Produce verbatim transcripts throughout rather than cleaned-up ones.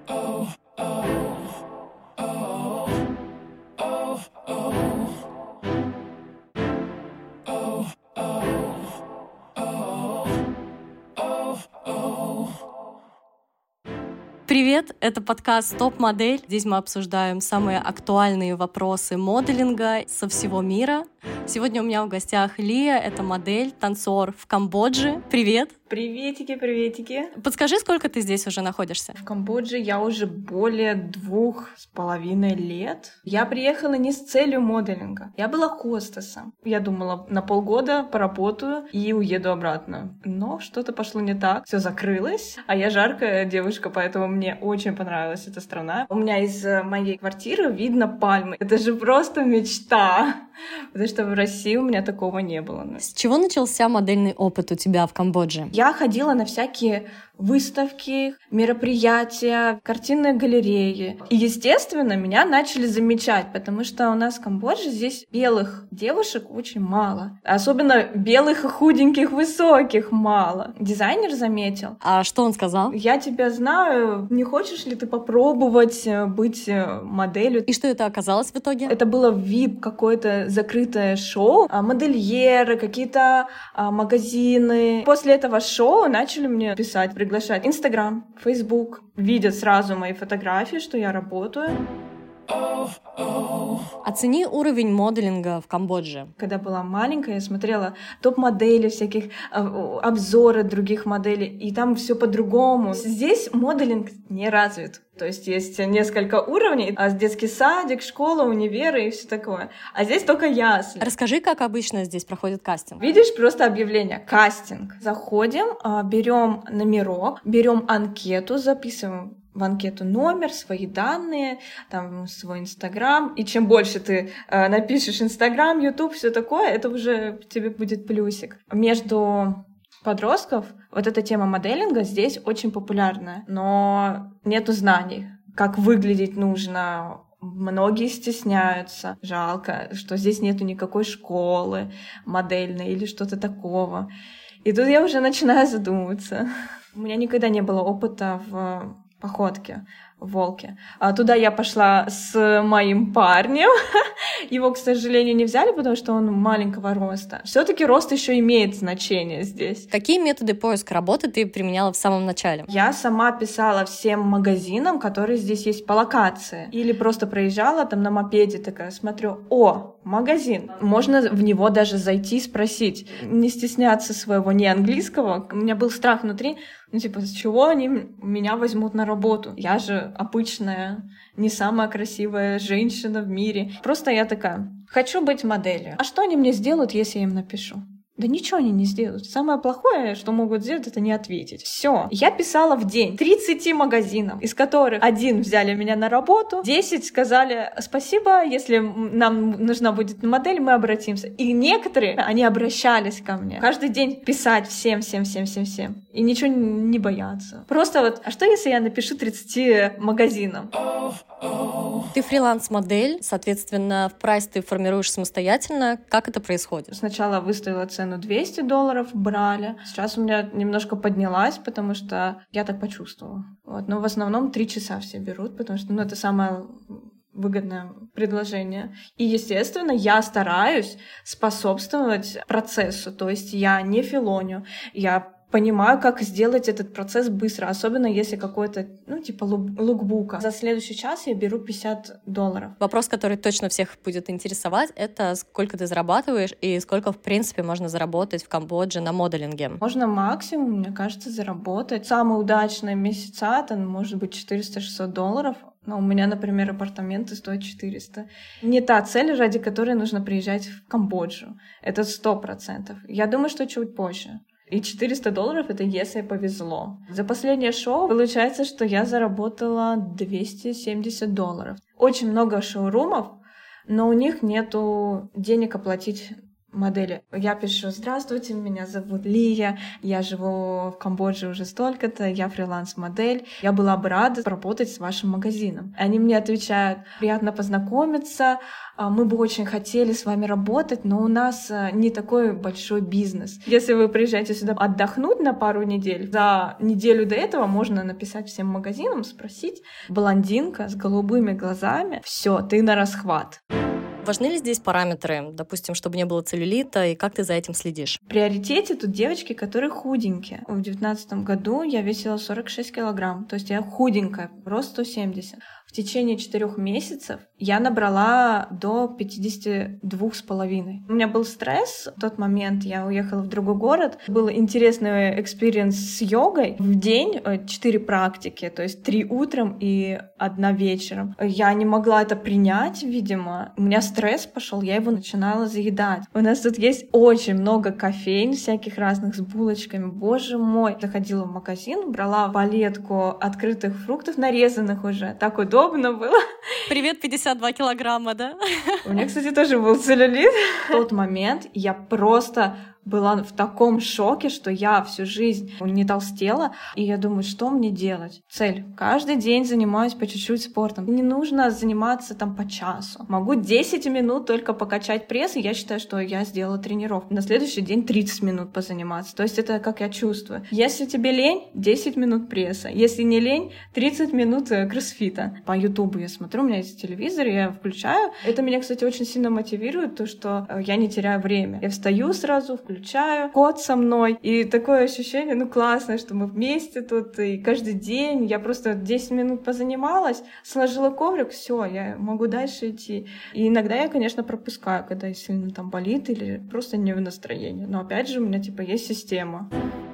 Привет, это подкаст «Топ-модель». Здесь мы обсуждаем самые актуальные вопросы моделинга со всего мира. Сегодня у меня в гостях Лия, это модель, танцор в Камбодже. Привет! Приветики, приветики. Подскажи, сколько ты здесь уже находишься? В Камбодже я уже более двух с половиной лет. Я приехала не с целью моделинга. Я была хостесом. Я думала, на полгода поработаю и уеду обратно. Но что-то пошло не так. Все закрылось. А я жаркая девушка, поэтому мне очень понравилась эта страна. У меня из моей квартиры видно пальмы. Это же просто мечта. Потому что в России у меня такого не было. С чего начался модельный опыт у тебя в Камбодже? Я ходила на всякие выставки, мероприятия, картинные галереи. И, естественно, меня начали замечать, потому что у нас в Камбодже здесь белых девушек очень мало. Особенно белых и худеньких, высоких мало. Дизайнер заметил. А что он сказал? Я тебя знаю, не хочешь ли ты попробовать быть моделью? И что это оказалось в итоге? Это было ви ай пи, какое-то закрытое шоу, модельеры, какие-то магазины. После этого шоу начали мне писать, приглашать. Инстаграм, Фейсбук. Видят сразу мои фотографии, что я работаю. Оцени уровень моделинга в Камбодже. Когда была маленькая, я смотрела топ-модели, всяких обзоры других моделей, и там все по-другому. Здесь моделинг не развит. То есть есть несколько уровней, а детский садик, школа, универы и все такое. А здесь только ясли. Расскажи, как обычно здесь проходит кастинг. Видишь, просто объявление. Кастинг. Заходим, берем номерок, берем анкету, записываем в анкету номер, свои данные, там свой Инстаграм. И чем больше ты э, напишешь Инстаграм, Ютуб, все такое, это уже тебе будет плюсик. Между подростков вот эта тема моделинга здесь очень популярная, но нету знаний, как выглядеть нужно. Многие стесняются. Жалко, что здесь нету никакой школы модельной или что-то такого. И тут я уже начинаю задумываться. У меня никогда не было опыта в походке в Волке. А туда я пошла с моим парнем. Его, к сожалению, не взяли, потому что он маленького роста. Все-таки рост еще имеет значение здесь. Какие методы поиска работы ты применяла в самом начале? Я сама писала всем магазинам, которые здесь есть по локации. Или просто проезжала там на мопеде, такая, смотрю, о, магазин. Можно в него даже зайти и спросить. Не стесняться своего неанглийского. У меня был страх внутри, ну типа, с чего они меня возьмут на работу? Я же обычная, не самая красивая женщина в мире. Просто я такая, хочу быть моделью. А что они мне сделают, если я им напишу? Да ничего они не сделают. Самое плохое, что могут сделать, это не ответить. Все. Я писала в день тридцать магазинов, из которых один взяли меня на работу, десять сказали спасибо, если нам нужна будет модель, мы обратимся. И некоторые, они обращались ко мне. Каждый день писать всем, всем, всем, всем, всем. И ничего не бояться. Просто вот, а что если я напишу тридцать магазинам? Ты фриланс-модель, соответственно, прайс ты формируешь самостоятельно. Как это происходит? Сначала выставила цену двести долларов, брали. Сейчас у меня немножко поднялась, потому что я так почувствовала. Вот. Но в основном три часа все берут, потому что ну, это самое выгодное предложение. И, естественно, я стараюсь способствовать процессу. То есть я не филоню, я понимаю, как сделать этот процесс быстро, особенно если какой-то, ну, типа лукбука. За следующий час я беру пятьдесят долларов. Вопрос, который точно всех будет интересовать, это сколько ты зарабатываешь и сколько, в принципе, можно заработать в Камбодже на моделинге? Можно максимум, мне кажется, заработать. Самые удачные месяца, это может быть четыреста-шестьсот долларов. Но у меня, например, апартаменты стоят четыреста. Не та цель, ради которой нужно приезжать в Камбоджу. Это сто процентов. Я думаю, что чуть позже. И четыреста долларов — это если повезло. За последнее шоу получается, что я заработала двести семьдесят долларов. Очень много шоурумов, но у них нету денег оплатить модели. Я пишу: здравствуйте, меня зовут Лия, я живу в Камбодже уже столько-то, я фриланс-модель, я была бы рада поработать с вашим магазином. Они мне отвечают: приятно познакомиться, мы бы очень хотели с вами работать, но у нас не такой большой бизнес. Если вы приезжаете сюда отдохнуть на пару недель, за неделю до этого можно написать всем магазинам, спросить: блондинка с голубыми глазами, все, ты на расхват. Важны ли здесь параметры, допустим, чтобы не было целлюлита, и как ты за этим следишь? В приоритете тут девочки, которые худенькие. В девятнадцатом году я весила сорок шесть килограмм, то есть я худенькая, рост сто семьдесят. В течение четырех месяцев я набрала до пятьдесят два с половиной. У меня был стресс в тот момент, я уехала в другой город. Был интересный экспириенс с йогой. В день четыре практики, то есть три утром и одна вечером. Я не могла это принять, видимо. У меня стресс пошел, я его начинала заедать. У нас тут есть очень много кофеин всяких разных с булочками. Боже мой! Заходила в магазин, брала палетку открытых фруктов, нарезанных уже. Так удобно. Удобно было. Привет, пятьдесят два килограмма, да? У меня, кстати, тоже был целлюлит. В тот момент я просто была в таком шоке, что я всю жизнь не толстела, и я думаю, что мне делать? Цель. Каждый день занимаюсь по чуть-чуть спортом. Не нужно заниматься там по часу. Могу десять минут только покачать пресс, и я считаю, что я сделала тренировку. На следующий день тридцать минут позаниматься. То есть это как я чувствую. Если тебе лень, десять минут пресса. Если не лень, тридцать минут кроссфита. По ютубу я смотрю, у меня есть телевизор, я включаю. Это меня, кстати, очень сильно мотивирует, то, что я не теряю время. Я встаю сразу, включаю, кот со мной, и такое ощущение, ну, классное, что мы вместе тут, и каждый день я просто десять минут позанималась, сложила коврик, все, я могу дальше идти. И иногда я, конечно, пропускаю, когда сильно там болит или просто не в настроении. Но опять же, у меня, типа, есть система.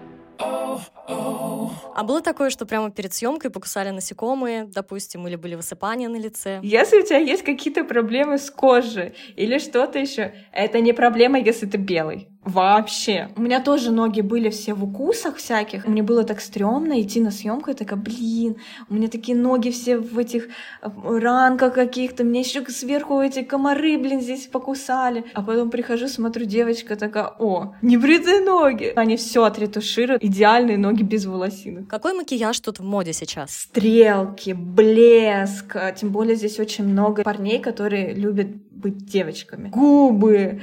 А было такое, что прямо перед съемкой покусали насекомые, допустим, или были высыпания на лице? Если у тебя есть какие-то проблемы с кожей или что-то еще, это не проблема, если ты белый. Вообще. У меня тоже ноги были все в укусах всяких. Мне было так стрёмно идти на съемку. Я такая: блин, у меня такие ноги все в этих ранках каких-то. Мне еще сверху эти комары, блин, здесь покусали. А потом прихожу, смотрю, девочка такая: о, небритые ноги. Они все отретушируют. Идеальные ноги без волосинок. Какой макияж тут в моде сейчас? Стрелки, блеск. Тем более здесь очень много парней, которые любят быть девочками. Губы,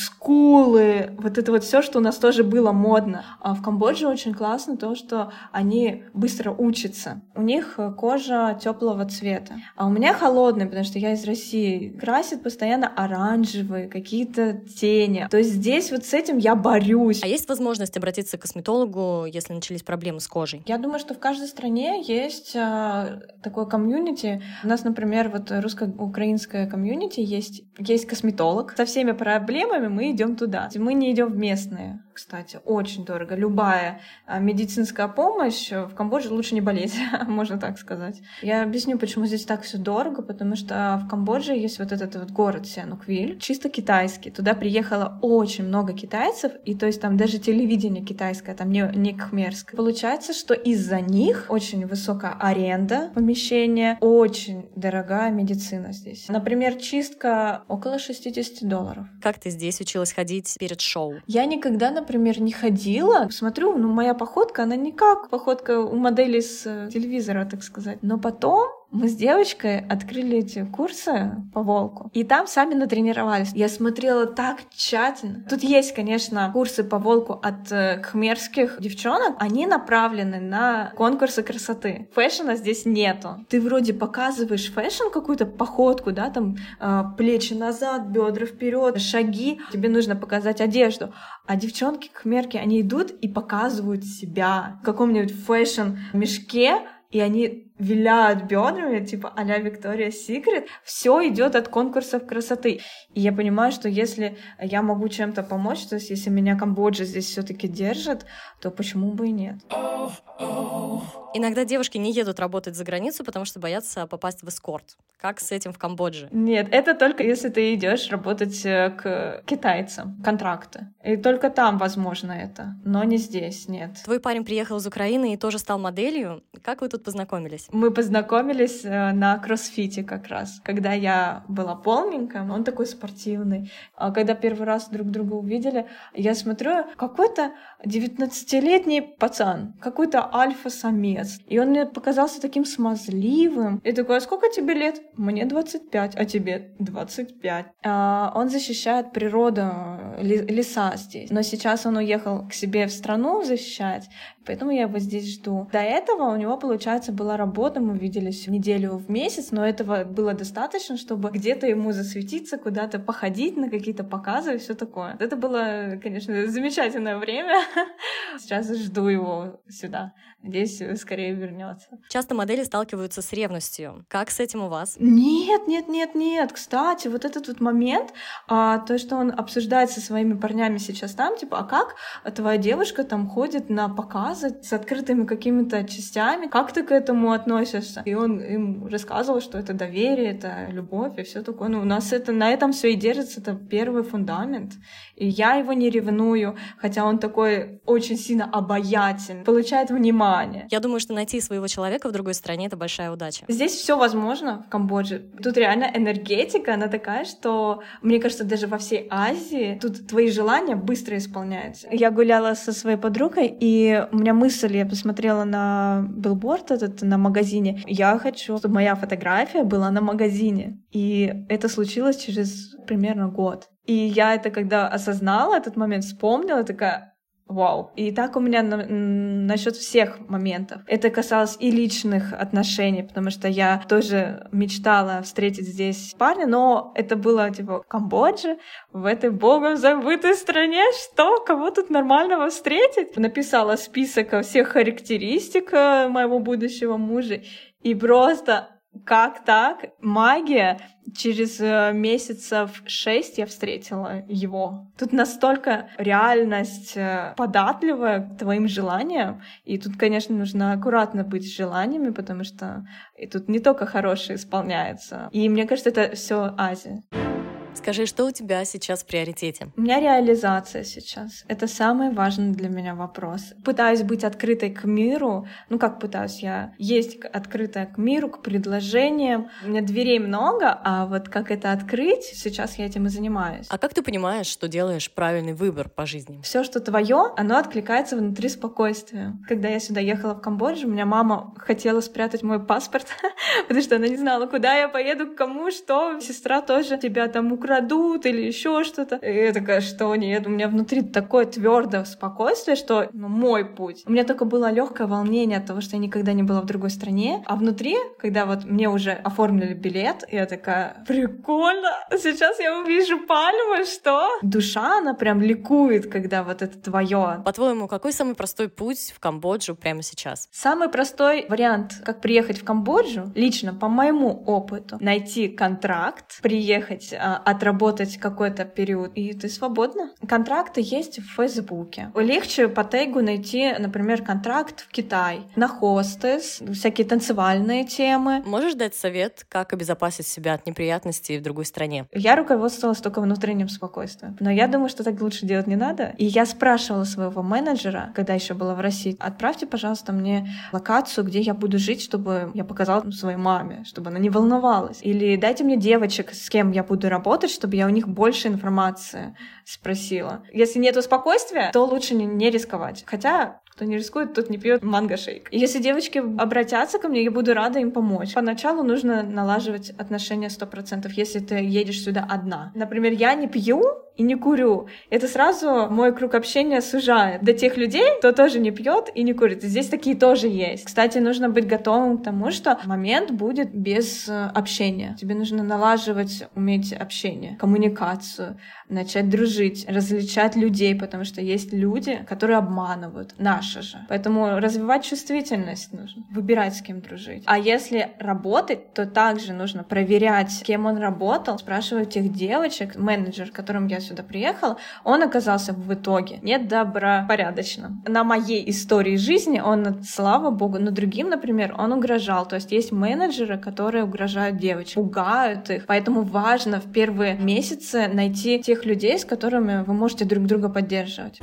скулы, вот это вот все, что у нас тоже было модно. А в Камбодже очень классно то, что они быстро учатся. У них кожа теплого цвета. А у меня холодная, потому что я из России. Красят постоянно оранжевые, какие-то тени. То есть здесь вот с этим я борюсь. А есть возможность обратиться к косметологу, если начались проблемы с кожей? Я думаю, что в каждой стране есть а, такое комьюнити. У нас, например, вот русско-украинское комьюнити есть. Есть косметолог. Со всеми проблемами мы идем туда. Мы не идем в местные, кстати. Очень дорого. Любая медицинская помощь в Камбодже лучше не болеть, можно так сказать. Я объясню, почему здесь так все дорого, потому что в Камбодже есть вот этот вот город Сиануквиль, чисто китайский. Туда приехало очень много китайцев, и то есть там даже телевидение китайское, там не, не кхмерское. Получается, что из-за них очень высокая аренда помещения, очень дорогая медицина здесь. Например, чистка около шестьдесят долларов. Как ты здесь училась ходить перед шоу? Я никогда, например, не ходила. Смотрю, ну, моя походка, она не как походка у моделей с телевизора, так сказать. Но потом мы с девочкой открыли эти курсы по волку, и там сами натренировались. Я смотрела так тщательно. Тут есть, конечно, курсы по волку от э, кхмерских девчонок. Они направлены на конкурсы красоты. Фэшена здесь нету. Ты вроде показываешь фэшн, какую-то походку, да, там э, плечи назад, бедра вперед, шаги. Тебе нужно показать одежду. А девчонки кхмерки, они идут и показывают себя в каком-нибудь фэшн-мешке, и они виляют бедрами, типа а-ля Victoria's Secret. Все идет от конкурсов красоты. И я понимаю, что если я могу чем-то помочь, то есть если меня Камбоджа здесь все-таки держит, то почему бы и нет? Oh, oh. Иногда девушки не едут работать за границу, потому что боятся попасть в эскорт. Как с этим в Камбодже? Нет, это только если ты идешь работать к китайцам, контракты. И только там возможно это, но не здесь, нет. Твой парень приехал из Украины и тоже стал моделью. Как вы тут познакомились? Мы познакомились на кроссфите как раз. Когда я была полненькая, он такой спортивный. А когда первый раз друг друга увидели, я смотрю, какой-то девятнадцатилетний пацан, какой-то альфа-самец. И он мне показался таким смазливым. И такой, а сколько тебе лет? Мне двадцать пять, а тебе двадцать пять. А он защищает природу, леса здесь. Но сейчас он уехал к себе в страну защищать, поэтому я его здесь жду. До этого у него, получается, была работа, мы виделись неделю в месяц, но этого было достаточно, чтобы где-то ему засветиться, куда-то походить на какие-то показы и все такое. Это было, конечно, замечательное время. Сейчас жду его сюда. Надеюсь, скорее вернется. Часто модели сталкиваются с ревностью. Как с этим у вас? Нет, нет, нет, нет. Кстати, вот этот вот момент, а, то, что он обсуждает со своими парнями сейчас там, типа, а как твоя девушка там ходит на показы с открытыми какими-то частями? Как ты к этому относишься? И он им рассказывал, что это доверие, это любовь и все такое. Ну, у нас это на этом все и держится, это первый фундамент. И я его не ревную, хотя он такой очень сильно обаятельный, получает внимание. Я думаю, что найти своего человека в другой стране — это большая удача. Здесь все возможно в Камбодже. Тут реально энергетика, она такая, что, мне кажется, даже во всей Азии тут твои желания быстро исполняются. Я гуляла со своей подругой, и у меня мысль, я посмотрела на билборд этот, на магазине. Я хочу, чтобы моя фотография была на магазине. И это случилось через примерно год. И я это, когда осознала этот момент, вспомнила, такая... Вау. И так у меня на, насчет всех моментов. Это касалось и личных отношений, потому что я тоже мечтала встретить здесь парня, но это было типа в Камбодже, в этой богом забытой стране. Что? Кого тут нормального встретить? Написала список всех характеристик моего будущего мужа. И просто... Как так? Магия. Через месяцев шесть я встретила его. Тут настолько реальность податливая к твоим желаниям. И тут, конечно, нужно аккуратно быть с желаниями, потому что и тут не только хорошее исполняется. И мне кажется, это все Азия. Скажи, что у тебя сейчас в приоритете? У меня реализация сейчас. Это самый важный для меня вопрос. Пытаюсь быть открытой к миру. Ну, как пытаюсь? Я есть открытая к миру, к предложениям. У меня дверей много, а вот как это открыть, сейчас я этим и занимаюсь. А как ты понимаешь, что делаешь правильный выбор по жизни? Все, что твое, оно откликается внутри спокойствия. Когда я сюда ехала в Камбоджу, у меня мама хотела спрятать мой паспорт, потому что она не знала, куда я поеду, к кому, что. Сестра тоже тебя там украдут или еще что-то. И я такая, что нет, у меня внутри такое твердое спокойствие, что ну, мой путь. У меня только было легкое волнение от того, что я никогда не была в другой стране. А внутри, когда вот мне уже оформили билет, я такая, прикольно, сейчас я увижу пальмы, что? Душа, она прям ликует, когда вот это твое. По-твоему, какой самый простой путь в Камбоджу прямо сейчас? Самый простой вариант, как приехать в Камбоджу, лично по моему опыту, найти контракт, приехать, отработать какой-то период, и ты свободна. Контракты есть в Фейсбуке. Легче по тегу найти, например, контракт в Китай, на хостес, всякие танцевальные темы. Можешь дать совет, как обезопасить себя от неприятностей в другой стране? Я руководствовалась только внутренним спокойствием. Но я думаю, что так лучше делать не надо. И я спрашивала своего менеджера, когда еще была в России, отправьте, пожалуйста, мне локацию, где я буду жить, чтобы я показала своей маме, чтобы она не волновалась. Или дайте мне девочек, с кем я буду работать, чтобы я у них больше информации спросила. Если нет спокойствия, то лучше не, не рисковать. Хотя... Кто не рискует, тот не пьет манго-шейк. Если девочки обратятся ко мне, я буду рада им помочь. Поначалу нужно налаживать отношения сто процентов, если ты едешь сюда одна. Например, я не пью и не курю. Это сразу мой круг общения сужает. До тех людей, кто тоже не пьет и не курит. Здесь такие тоже есть. Кстати, нужно быть готовым к тому, что момент будет без общения. Тебе нужно налаживать, уметь общение, коммуникацию, начать дружить, различать людей, потому что есть люди, которые обманывают. Наши же. Поэтому развивать чувствительность нужно. Выбирать, с кем дружить. А если работать, то также нужно проверять, с кем он работал, спрашивать тех девочек, менеджер, которым я сюда приехала, он оказался в итоге недобропорядочным. На моей истории жизни он, слава богу, но другим, например, он угрожал. То есть есть менеджеры, которые угрожают девочкам, пугают их. Поэтому важно в первые месяцы найти тех людей, с которыми вы можете друг друга поддерживать.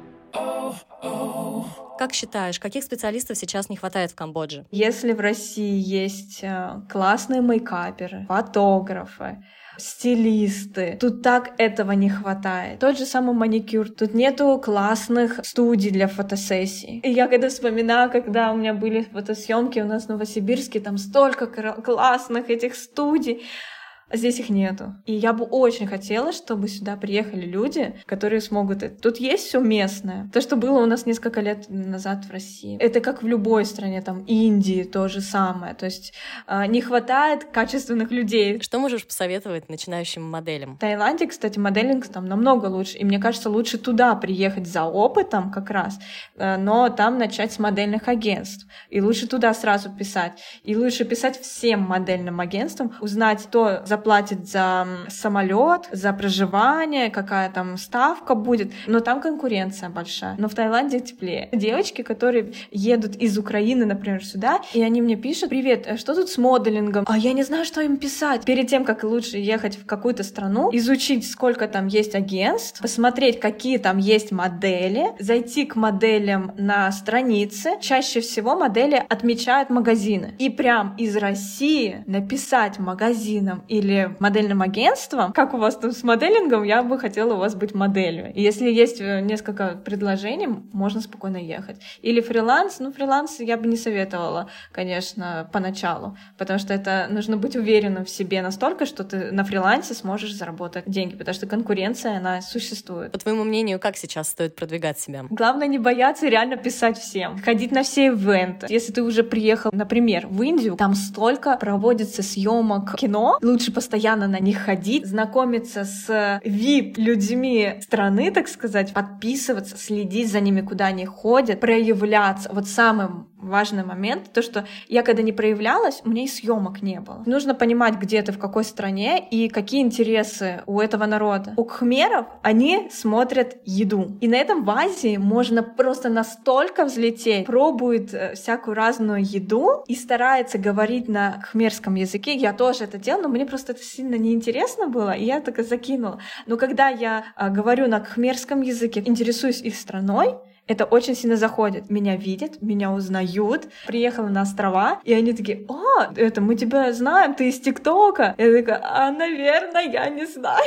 Как считаешь, каких специалистов сейчас не хватает в Камбодже? Если в России есть классные мейкаперы, фотографы, стилисты, тут так этого не хватает. Тот же самый маникюр. Тут нету классных студий для фотосессий. И я когда вспоминаю, когда у меня были фотосъемки у нас в Новосибирске, там столько классных этих студий, а здесь их нету. И я бы очень хотела, чтобы сюда приехали люди, которые смогут это. Тут есть все местное. То, что было у нас несколько лет назад в России. Это как в любой стране, там, Индии то же самое. То есть э, не хватает качественных людей. Что можешь посоветовать начинающим моделям? В Таиланде, кстати, моделинг там намного лучше. И мне кажется, лучше туда приехать за опытом как раз, э, но там начать с модельных агентств. И лучше туда сразу писать. И лучше писать всем модельным агентствам, узнать, кто за платит за самолет, за проживание, какая там ставка будет. Но там конкуренция большая. Но в Таиланде теплее. Девочки, которые едут из Украины, например, сюда, и они мне пишут: «Привет, что тут с моделингом?» А я не знаю, что им писать. Перед тем, как лучше ехать в какую-то страну, изучить, сколько там есть агентств, посмотреть, какие там есть модели, зайти к моделям на странице. Чаще всего модели отмечают магазины. И прям из России написать магазинам или модельным агентством: как у вас там с моделингом, я бы хотела у вас быть моделью. И если есть несколько предложений, можно спокойно ехать. Или фриланс. Ну, фриланс я бы не советовала, конечно, поначалу, потому что это нужно быть уверенным в себе настолько, что ты на фрилансе сможешь заработать деньги, потому что конкуренция, она существует. По твоему мнению, как сейчас стоит продвигать себя? Главное не бояться и реально писать всем. Ходить на все ивенты. Если ты уже приехал, например, в Индию, там столько проводится съемок кино, лучше постоянно на них ходить, знакомиться с ви ай пи-людьми страны, так сказать, подписываться, следить за ними, куда они ходят, проявляться. Вот самый важный момент, то, что я когда не проявлялась, у меня и съемок не было. Нужно понимать, где ты, в какой стране и какие интересы у этого народа. У кхмеров они смотрят еду. И на этом в Азии можно просто настолько взлететь, пробует всякую разную еду и старается говорить на кхмерском языке. Я тоже это делала, но мне просто это сильно неинтересно было, и я так и закинула. Но когда я а, говорю на кхмерском языке, интересуюсь их страной, это очень сильно заходит. Меня видят, меня узнают. Приехала на острова, и они такие: «О, это мы тебя знаем, ты из ТикТока». Я такая: «А, наверное, я не знаю».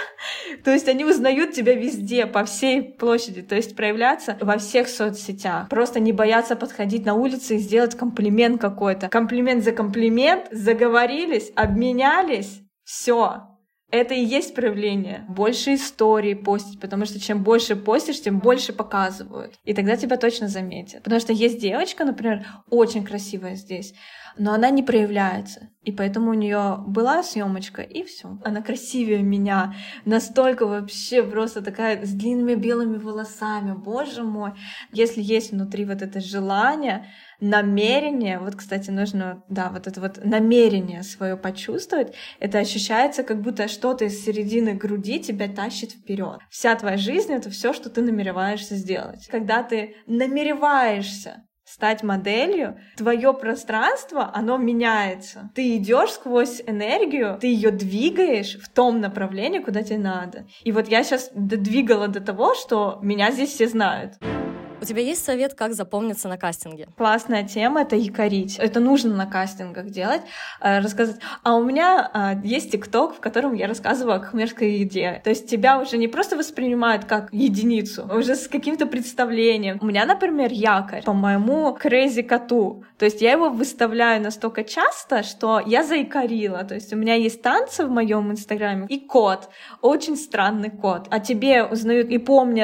То есть они узнают тебя везде, по всей площади. То есть проявляться во всех соцсетях. Просто не бояться подходить на улице и сделать комплимент какой-то. Комплимент за комплимент, заговорились, обменялись, все. Это и есть проявление. Больше историй постить, потому что чем больше постишь, тем больше показывают. И тогда тебя точно заметят. Потому что есть девочка, например, очень красивая здесь, но она не проявляется. И поэтому у нее была съемочка, и все. Она красивее меня. Настолько вообще просто такая с длинными белыми волосами. Боже мой. Если есть внутри вот это желание, намерение, вот, кстати, нужно, да, вот это вот намерение свое почувствовать, это ощущается, как будто что-то из середины груди тебя тащит вперед. Вся твоя жизнь — это все, что ты намереваешься сделать. Когда ты намереваешься стать моделью, твое пространство, оно меняется. Ты идешь сквозь энергию, ты ее двигаешь в том направлении, куда тебе надо. И вот я сейчас додвигала до того, что меня здесь все знают. У тебя есть совет, как запомниться на кастинге? Классная тема — это якорить. Это нужно на кастингах делать, рассказать. А у меня есть ТикТок, в котором я рассказываю о кхмерской еде. То есть тебя уже не просто воспринимают как единицу, а уже с каким-то представлением. У меня, например, якорь по моему crazy коту. То есть я его выставляю настолько часто, что я заикарила. То есть у меня есть танцы в моем инстаграме и кот. Очень странный кот. А тебе узнают и помнят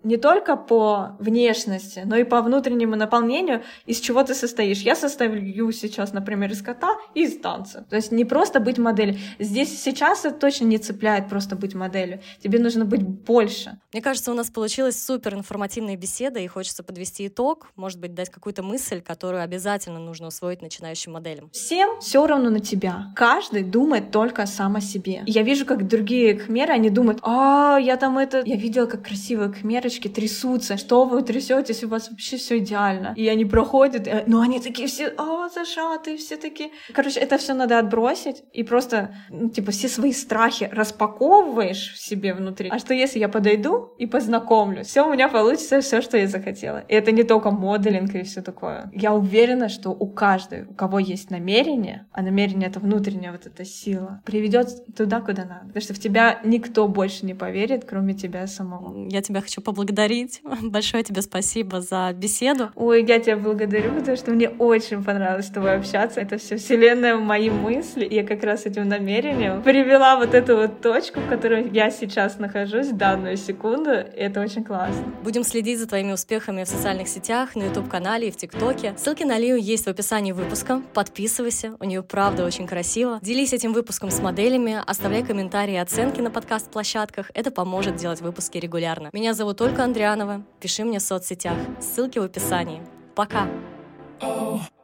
не только по внешности, но и по внутреннему наполнению, из чего ты состоишь. Я состою сейчас, например, из кота и из танца. То есть не просто быть моделью. Здесь сейчас это точно не цепляет просто быть моделью. Тебе нужно быть больше. Мне кажется, у нас получилась супер информативная беседа, и хочется подвести итог, может быть, дать какую-то мысль, которую обязательно нужно усвоить начинающим моделям. Всем все равно на тебя. Каждый думает только сам о себе. Я вижу, как другие кхмеры, они думают: а, я там это... Я видела, как красивые кхмерочки трясутся. Что вы трясетесь, у вас вообще все идеально. И они проходят, но они такие все, а, зажатые, все такие. Короче, это все надо отбросить и просто, ну, типа, все свои страхи распаковываешь в себе внутри. А что если я подойду и познакомлюсь? Все, у меня получится все, что я захотела. И это не только моделинг и все такое. Я уверена, что у каждой, у кого есть намерение, а намерение — это внутренняя вот эта сила, приведет туда, куда надо. Потому что в тебя никто больше не поверит, кроме тебя самого. Я тебя хочу поблагодарить. Большое тебе спасибо за беседу. Ой, я тебя благодарю, потому что мне очень понравилось с тобой общаться. Это все вселенная в мои мысли. И я как раз этим намерением привела вот эту вот точку, в которой я сейчас нахожусь в данную секунду. И это очень классно. Будем следить за твоими успехами в социальных сетях, на ютуб-канале и в ТикТоке. Ссылки на Лию есть в описании выпуска. Подписывайся, у нее правда очень красиво. Делись этим выпуском с моделями, оставляй комментарии и оценки на подкаст-площадках. Это поможет делать выпуски регулярно. Меня зовут Ольга Андрианова. Пиши мне в соцсетях. Ссылки в описании. Пока! Oh.